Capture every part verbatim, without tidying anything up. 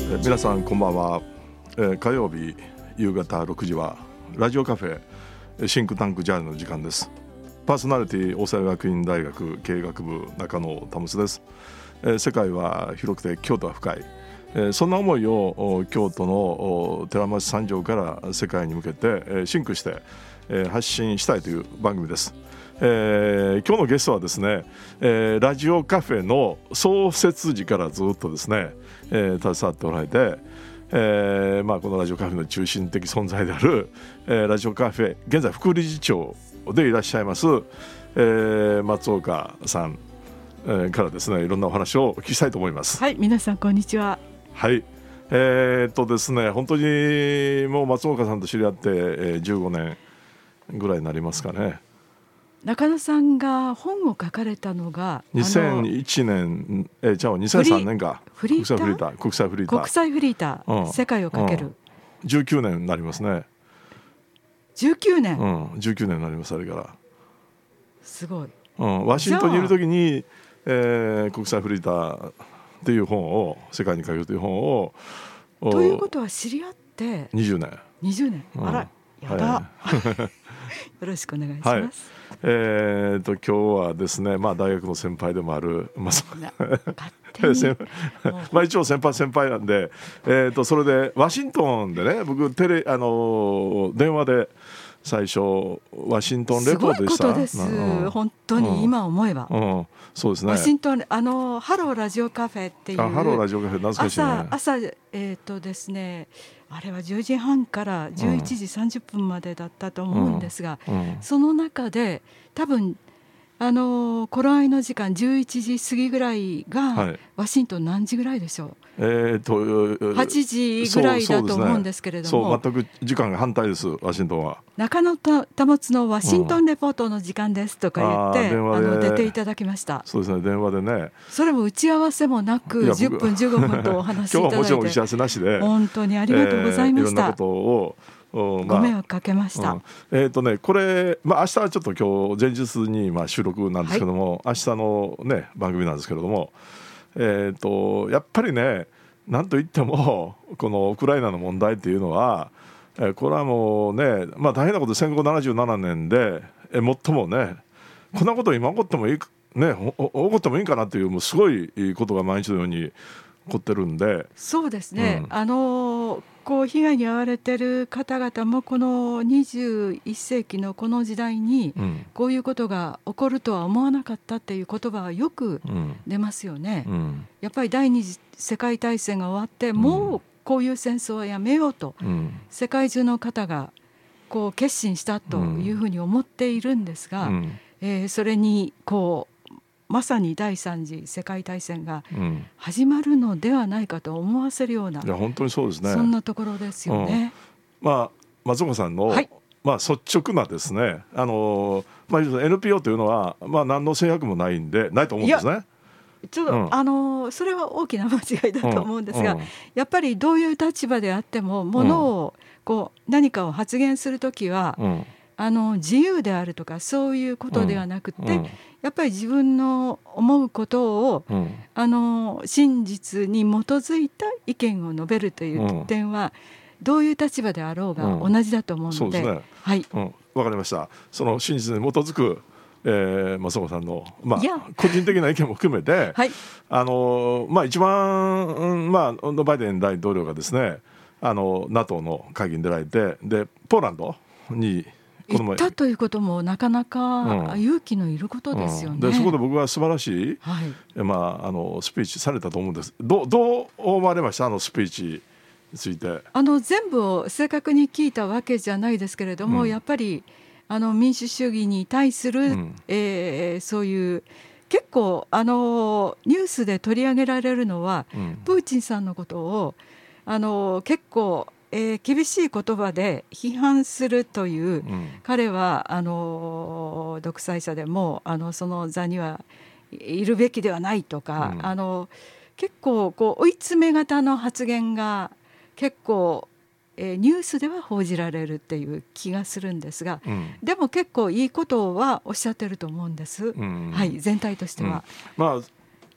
え皆さんこんばんは、えー、火曜日夕方ろくじはラジオカフェシンクタンクジャーナルの時間です。パーソナリティ大阪学院大学経営学部中野保です。えー、世界は広くて京都は深い、えー、そんな思いを京都の寺町三条から世界に向けて、えー、シンクして、えー、発信したいという番組です。えー、今日のゲストはですね、えー、ラジオカフェの創設時からずっとですね、えー、携わっておられて、えーまあ、このラジオカフェの中心的存在である、えー、ラジオカフェ現在副理事長でいらっしゃいます、えー、松岡さん、えー、からですねいろんなお話をお聞きしたいと思います。 はい、皆さんこんにちは。 はい、えー、っとですね本当にもう松岡さんと知り合って、えー、じゅうごねんぐらいになりますかね。 中野さんが本を書かれたのがにせんいちねん、えー、じゃあにせんさんねんか。 フリーター国際フリーター国際フリーター国際フリーター、うん、世界をかける、うん、 じゅうきゅうねんになりますね。 じゅうきゅうねん、 うん、じゅうきゅうねんになります。あれからすごい、 うん、ワシントンにいる時に、えー、国際フリーターっていう本を世界に書けるという本をということは知り合ってにじゅうねんにじゅうねん、うん、あらやだ、はい、よろしくお願いします、はい。 えー、と今日はですね、まあ、大学の先輩でもある、まあまあ、一応先輩先輩なんで、えー、とそれでワシントンでね僕テレ、あのー、電話で最初ワシントンレポートでした。 すごいことです、うん、本当に今思えば、 うんうん、そうですね。 ワシントンあのハローラジオカフェっていう、 あハローラジオカフェ懐かしいね。 朝、朝えーとですねあれはじゅうじはんからじゅういちじさんじゅっぷんまでだったと思うんですが、うんうん、その中で多分あの頃合いの時間じゅういちじ過ぎぐらいが、はい、ワシントン何時ぐらいでしょう。 えー、とはちじぐらいだと思うんですけれども、 そうそうですね、そう全く時間が反対です。ワシントンは中野保のワシントンレポートの時間ですとか言って、うん、ああの出ていただきました。 そうですね、電話でね。それも打ち合わせもなくじゅっぷんじゅうごふんとお話しいただいて今日はもちろん打ち合わせなしで本当にありがとうございました、えー、いろんなことをご迷惑かけました、うんえーとね、これ、まあ、明日はちょっと今日前日にまあ収録なんですけども、はい、明日の、ね、番組なんですけれども、えーとやっぱりねなんといってもこのウクライナの問題っていうのは、えー、これはもうね、まあ、大変なこと戦後ななじゅうななねんで、えー、最もねこんなこと今起こってもいい、ね、起こってもいいかなというもうすごいことが毎日のように起こってるんで。 そうですね、うん、あのこう被害に遭われている方々もこのにじゅういっせいきのこの時代にこういうことが起こるとは思わなかったっていう言葉はよく出ますよね、うんうん、やっぱり第二次世界大戦が終わってもうこういう戦争はやめようと、うん、世界中の方がこう決心したというふうに思っているんですが、うんえー、それにこうまさに第三次世界大戦が始まるのではないかと思わせるような、 うん、いや本当にそうですね。 そんなところですよね、 うん、まあ松岡さんの、はいまあ、率直なですねあの、まあ、エヌピーオー というのは、まあ、何の制約もないんでないと思うんですね。 ちょっと、うん、あのそれは大きな間違いだと思うんですが、うんうん、やっぱりどういう立場であってもものをこう何かを発言するときは、うんあの自由であるとかそういうことではなくて、うんうん、やっぱり自分の思うことを、うん、あの真実に基づいた意見を述べるという点は、うん、どういう立場であろうが同じだと思うので、うん、そうですね、はい、うん、 わかりました。その真実に基づく、えー、松岡さんの、まあ、個人的な意見も含めて、はいあのまあ、一番、まあ、バイデン大統領がですねあの ナトー の会議に出られてでポーランドに行ったということもなかなか勇気のいることですよね、うんうん、 でそこで僕は素晴らしい、はいまあ、あのスピーチされたと思うんです。どう、どう思われましたあのスピーチについて。 あの全部を正確に聞いたわけじゃないですけれども、うん、やっぱりあの民主主義に対する、うんえー、そういう結構あのニュースで取り上げられるのは、うん、プーチンさんのことをあの結構えー、厳しい言葉で批判するという、うん、彼はあの独裁者でもあのその座にはいるべきではないとか、うん、あの結構こう追い詰め型の発言が結構、えー、ニュースでは報じられるっていう気がするんですが、うん、でも結構いいことはおっしゃってると思うんです、うんはい、全体としては、 うん、まあ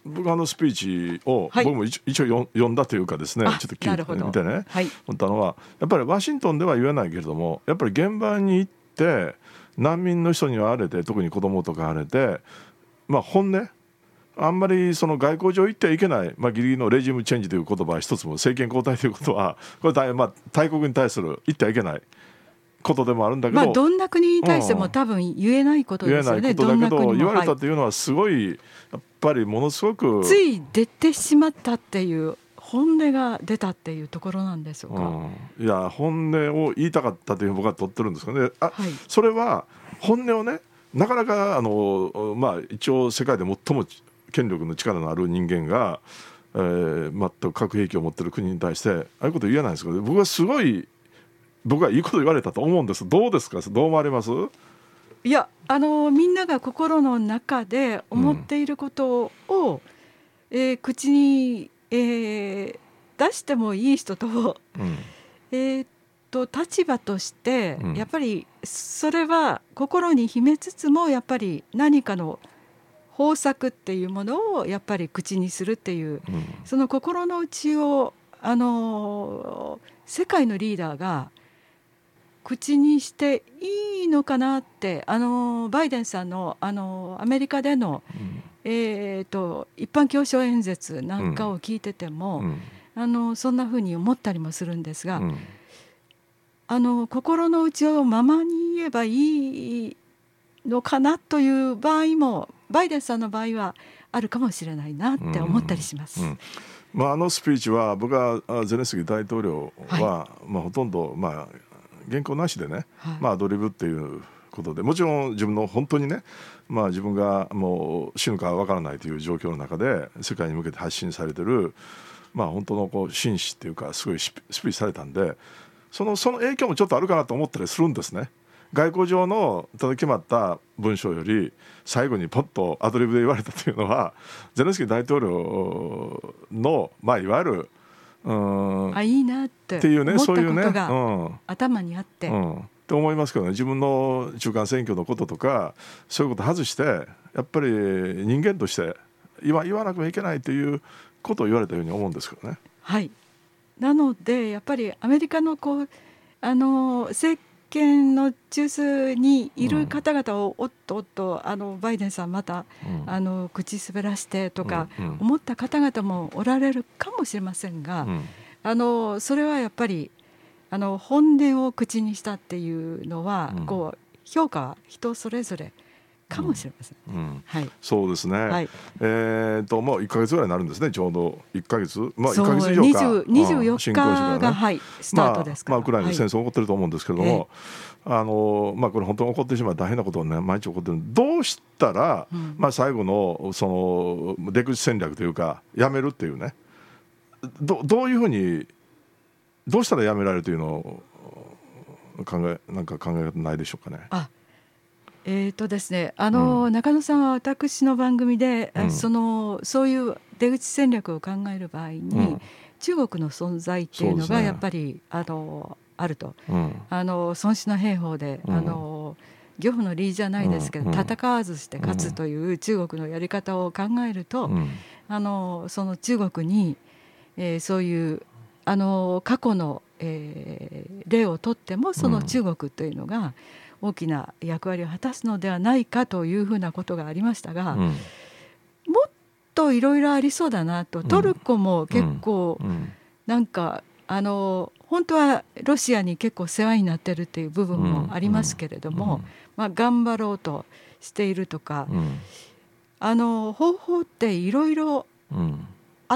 僕あのスピーチを、 はい、 僕も一応読んだというかですね、ちょっと聞いてみてね、はい、思ったのはやっぱりワシントンでは言えないけれども、やっぱり現場に行って難民の人にはあれで、特に子供とかあれで、まあ、本音あんまりその外交上言ってはいけない、まあ、ギリギリのレジームチェンジという言葉は一つも、政権交代ということはこれ大、まあ、大国に対する言ってはいけないことでもあるんだけど、 まあ、どんな国に対しても多分言えないことですよね。 言えないことだけど言われたというのはすごいやっぱりものすごくつい出てしまったっていう本音が出たっていうところなんでしょうか。 うん、いや本音を言いたかったという僕は取ってるんですけどね。あ、はい、それは本音をね、なかなかあの、まあ、一応世界で最も権力の力のある人間が、えー、全く核兵器を持っている国に対してああいうこと言えないんですけど、僕はすごい僕はいいこと言われたと思うんです。どうですか、どう思われます？ いや、あのみんなが心の中で思っていることを、うん、えー、口に、えー、出してもいい人と、うん、えー、と立場として、うん、やっぱりそれは心に秘めつつもやっぱり何かの方策っていうものをやっぱり口にするっていう、うん、その心の内をあの世界のリーダーが口にしていいのかなって、あのバイデンさんの、あのアメリカでの、うん、えー、と一般教書演説なんかを聞いてても、うん、あのそんな風に思ったりもするんですが、うん、あの心の内をままに言えばいいのかなという場合もバイデンさんの場合はあるかもしれないなって思ったりします。 うんうん、まあ、あのスピーチは僕はゼレンスキー大統領は、はい、まあ、ほとんど、まあ、原稿なしでね、はい、まあ、アドリブっていうことで、もちろん自分の本当にね、まあ、自分がもう死ぬかわからないという状況の中で世界に向けて発信されてる、まあ、本当のこう紳士っていうかすごいスピーチされたんで、その、その影響もちょっとあるかなと思ったりするんですね。外交上のただ決まった文章より最後にポッとアドリブで言われたというのは、ゼレンスキー大統領の、まあ、いわゆるうーんあいいなって思ったことが頭にあって、 うんうん、って思いますけどね。自分の中間選挙のこととかそういうこと外して、やっぱり人間として言わ、言わなくてはいけないということを言われたように思うんですけどね。 はい、なのでやっぱりアメリカのこうあの政権の中枢にいる方々を、うん、おっとおっとあのバイデンさんまた、うん、あの口滑らしてとか思った方々もおられるかもしれませんが、うん、あのそれはやっぱりあの本音を口にしたっていうのは、うん、こう評価は人それぞれかもしれません、うんうん、はい、 そうですね、はい、えー、ともういっかげつぐらいになるんですね。ちょうどいっかげつ、まあ、いっかげつ以上かにじゅうよっかが、はい、スタートですから、 まあまあ、ウクライナで戦争起こってると思うんですけれども、はい、あのまあ、これ本当に起こってしまう大変なことはね毎日起こってる。どうしたら、うん、まあ、最後のその出口戦略というかやめるっていうね、 ど, どういうふうにどうしたらやめられるというのを考えなんか考え方ないでしょうかね。 あえーとですね、あの、うん、中野さんは私の番組で、うん、そのそういう出口戦略を考える場合に、うん、中国の存在っていうのがやっぱり、ね、あのあると、うん、あの孫子の兵法で、うん、あの漁夫の利じゃないですけど、うん、戦わずして勝つという中国のやり方を考えると、うん、あのその中国に、えー、そういうあの過去の、えー、例をとってもその中国というのが大きな役割を果たすのではないかというふうなことがありましたが、うん、もっといろいろありそうだなと、うん、トルコも結構、うん、なんかあの本当はロシアに結構世話になってるっていう部分もありますけれども、うんまあ、頑張ろうとしているとか、うん、あの方法っていろいろあって、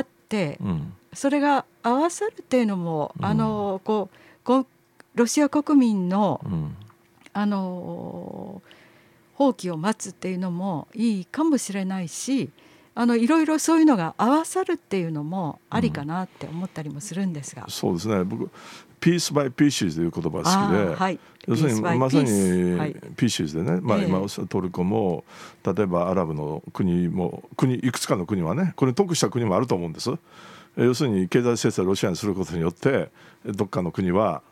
うん、それが合わさるっていうのも、うん、あのこうこうロシア国民の、うんあの放棄を待つっていうのもいいかもしれないし、あのいろいろそういうのが合わさるっていうのもありかなって思ったりもするんですが、うん、 そうですね。僕ピースバイピーシーズという言葉が好きで、はい、要するにまさにピーシーズでね、はい、まあ、今おっしゃるトルコも例えばアラブの国も国いくつかの国はね、これ得した国もあると思うんです。要するに経済制裁をロシアにすることによってどっかの国は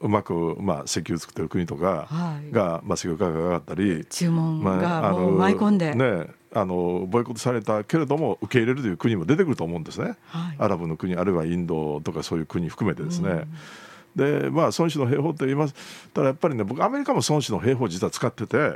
うまく、まあ、石油作ってる国とかが、はい、まあ、石油価格が上がったり注文がもう舞い込んで、 まあ、ね、あのボイコットされたけれども受け入れるという国も出てくると思うんですね、はい、アラブの国あるいはインドとかそういう国含めてですね、うんでまあ、孫子の兵法って言いますたらやっぱりね僕アメリカも孫子の兵法を実は使ってて、うん、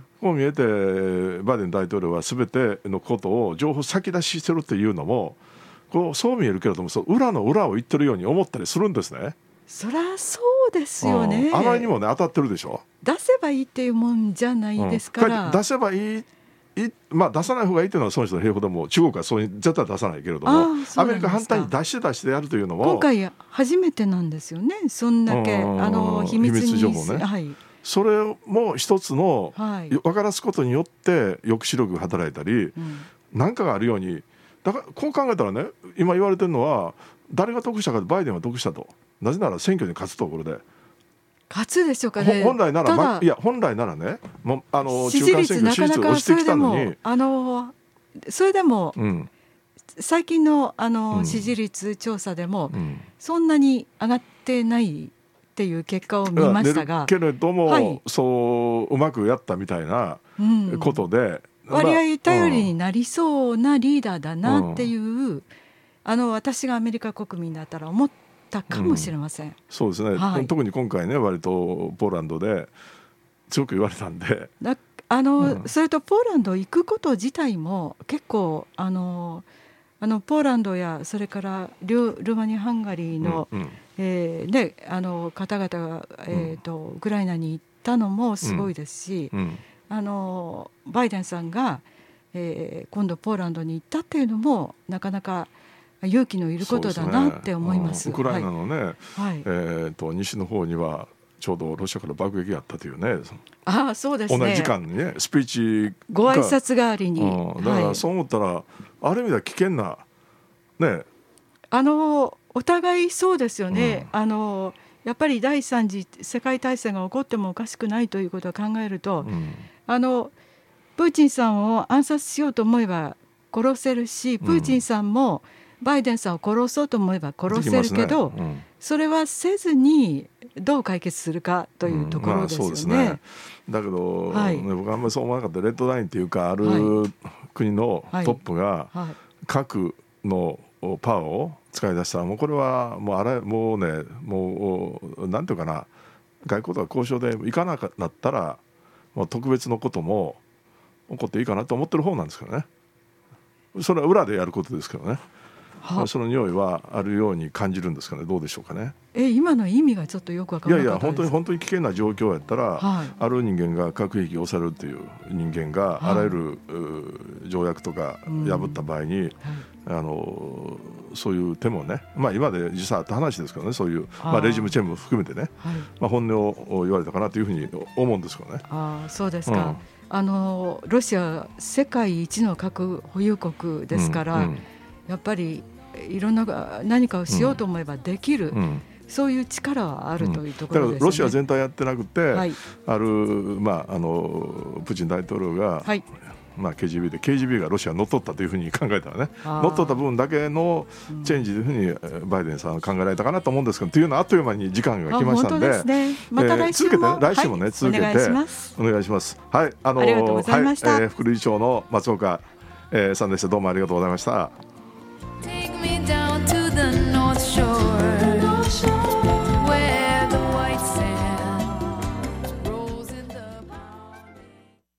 こう見えてバイデン大統領は全てのことを情報先出ししてるっていうのもこうそう見えるけれどもそう裏の裏を言ってるように思ったりするんですね。 そりゃそうですよね、 うん、あまりにもね当たってるでしょ。 出せばいいっていうもんじゃないですから、 うん、出せばいいいまあ、出さない方がいいというのは孫子の兵法でも中国はそういう絶対出さないけれどもアメリカ反対に出して出してやるというのも今回初めてなんですよね。そんだけあの秘密に秘密情報ね、はい、それも一つの、はい、分からすことによって抑止力が働いたり何、うん、かがあるようにだからこう考えたらね今言われてるのは誰が得したかバイデンは得したとなぜなら選挙に勝つところで勝つでしょうかね。 本来なら、ま、いや本来ならねもあの中間選挙支持率落ちてきたのにあのそれでも、うん、最近の、あの、うん、支持率調査でも、うん、そんなに上がってないっていう結果を見ましたがけれども、はい、そううまくやったみたいなことで、 うん、割合頼りになりそうなリーダーだなっていう、うん、あの私がアメリカ国民だったら思ってかもしれません、うん、 そうですね、はい、特に今回ね割とポーランドで強く言われたんでだあの、うん、それとポーランド行くこと自体も結構あのあのポーランドやそれからルーマニアハンガリーの、うんうんえーね、あの方々が、えーとうん、ウクライナに行ったのもすごいですし、うんうん、あのバイデンさんが、えー、今度ポーランドに行ったっていうのもなかなか勇気のいることだなって思います。 そうですね、うん、ウクライナのね、はいえー、と西の方にはちょうどロシアから爆撃があったというね。 ああそうですね。 同じ時間にねスピーチご挨拶代わりに、 うん、だからそう思ったら、はい、ある意味では危険なねあのお互いそうですよね、うん、あのやっぱり第三次世界大戦が起こってもおかしくないということを考えると、うん、あのプーチンさんを暗殺しようと思えば殺せるしプーチンさんも、うんバイデンさんを殺そうと思えば殺せるけど、ねうん、それはせずにどう解決するかというところですよね、うんまあ、そうですね。 だけど、はいね、僕はあんまりそう思わなかったレッドラインというかある国のトップが核のパワーを使い出したらもうこれはもうあれもうねもうなんていうかな外交とか交渉でいかなかったらもう特別のことも起こっていいかなと思ってる方なんですけどね。それは裏でやることですけどね。その匂いはあるように感じるんですかね。どうでしょうかね。 え今の意味がちょっとよく分からなかったです。 いやいや本当に本当に危険な状況やったら、はい、ある人間が核兵器を抑えるという人間が、はい、あらゆる条約とか破った場合に、うんはい、あのそういう手もね、まあ、今で実際あった話ですけどねそういう、まあ、レジムチェンジも含めてね、はいまあ、本音を言われたかなというふうに思うんですけどね。 あそうですか、うんあのロシア世界一の核保有国ですから、うんうん、やっぱりいろんな何かをしようと思えばできる、うん、そういう力はあるというところですね、うん、だからロシア全体やってなくて、はい、ある、まあ、あのプーチン大統領が、はいまあ、ケージービー で ケージービー がロシアに乗っ取ったというふうに考えたらね乗っ取った分だけのチェンジというふうにバイデンさんは考えられたかなと思うんですけどというのはあっという間に時間が来ましたので、 ねまた来週も、 えー、続けて、ね、来週もね、はい、続けてお願いします。お願いします。はい、あのありがとうございました、 はいえー、副理事長の松岡、えー、さんでした。どうもありがとうございました。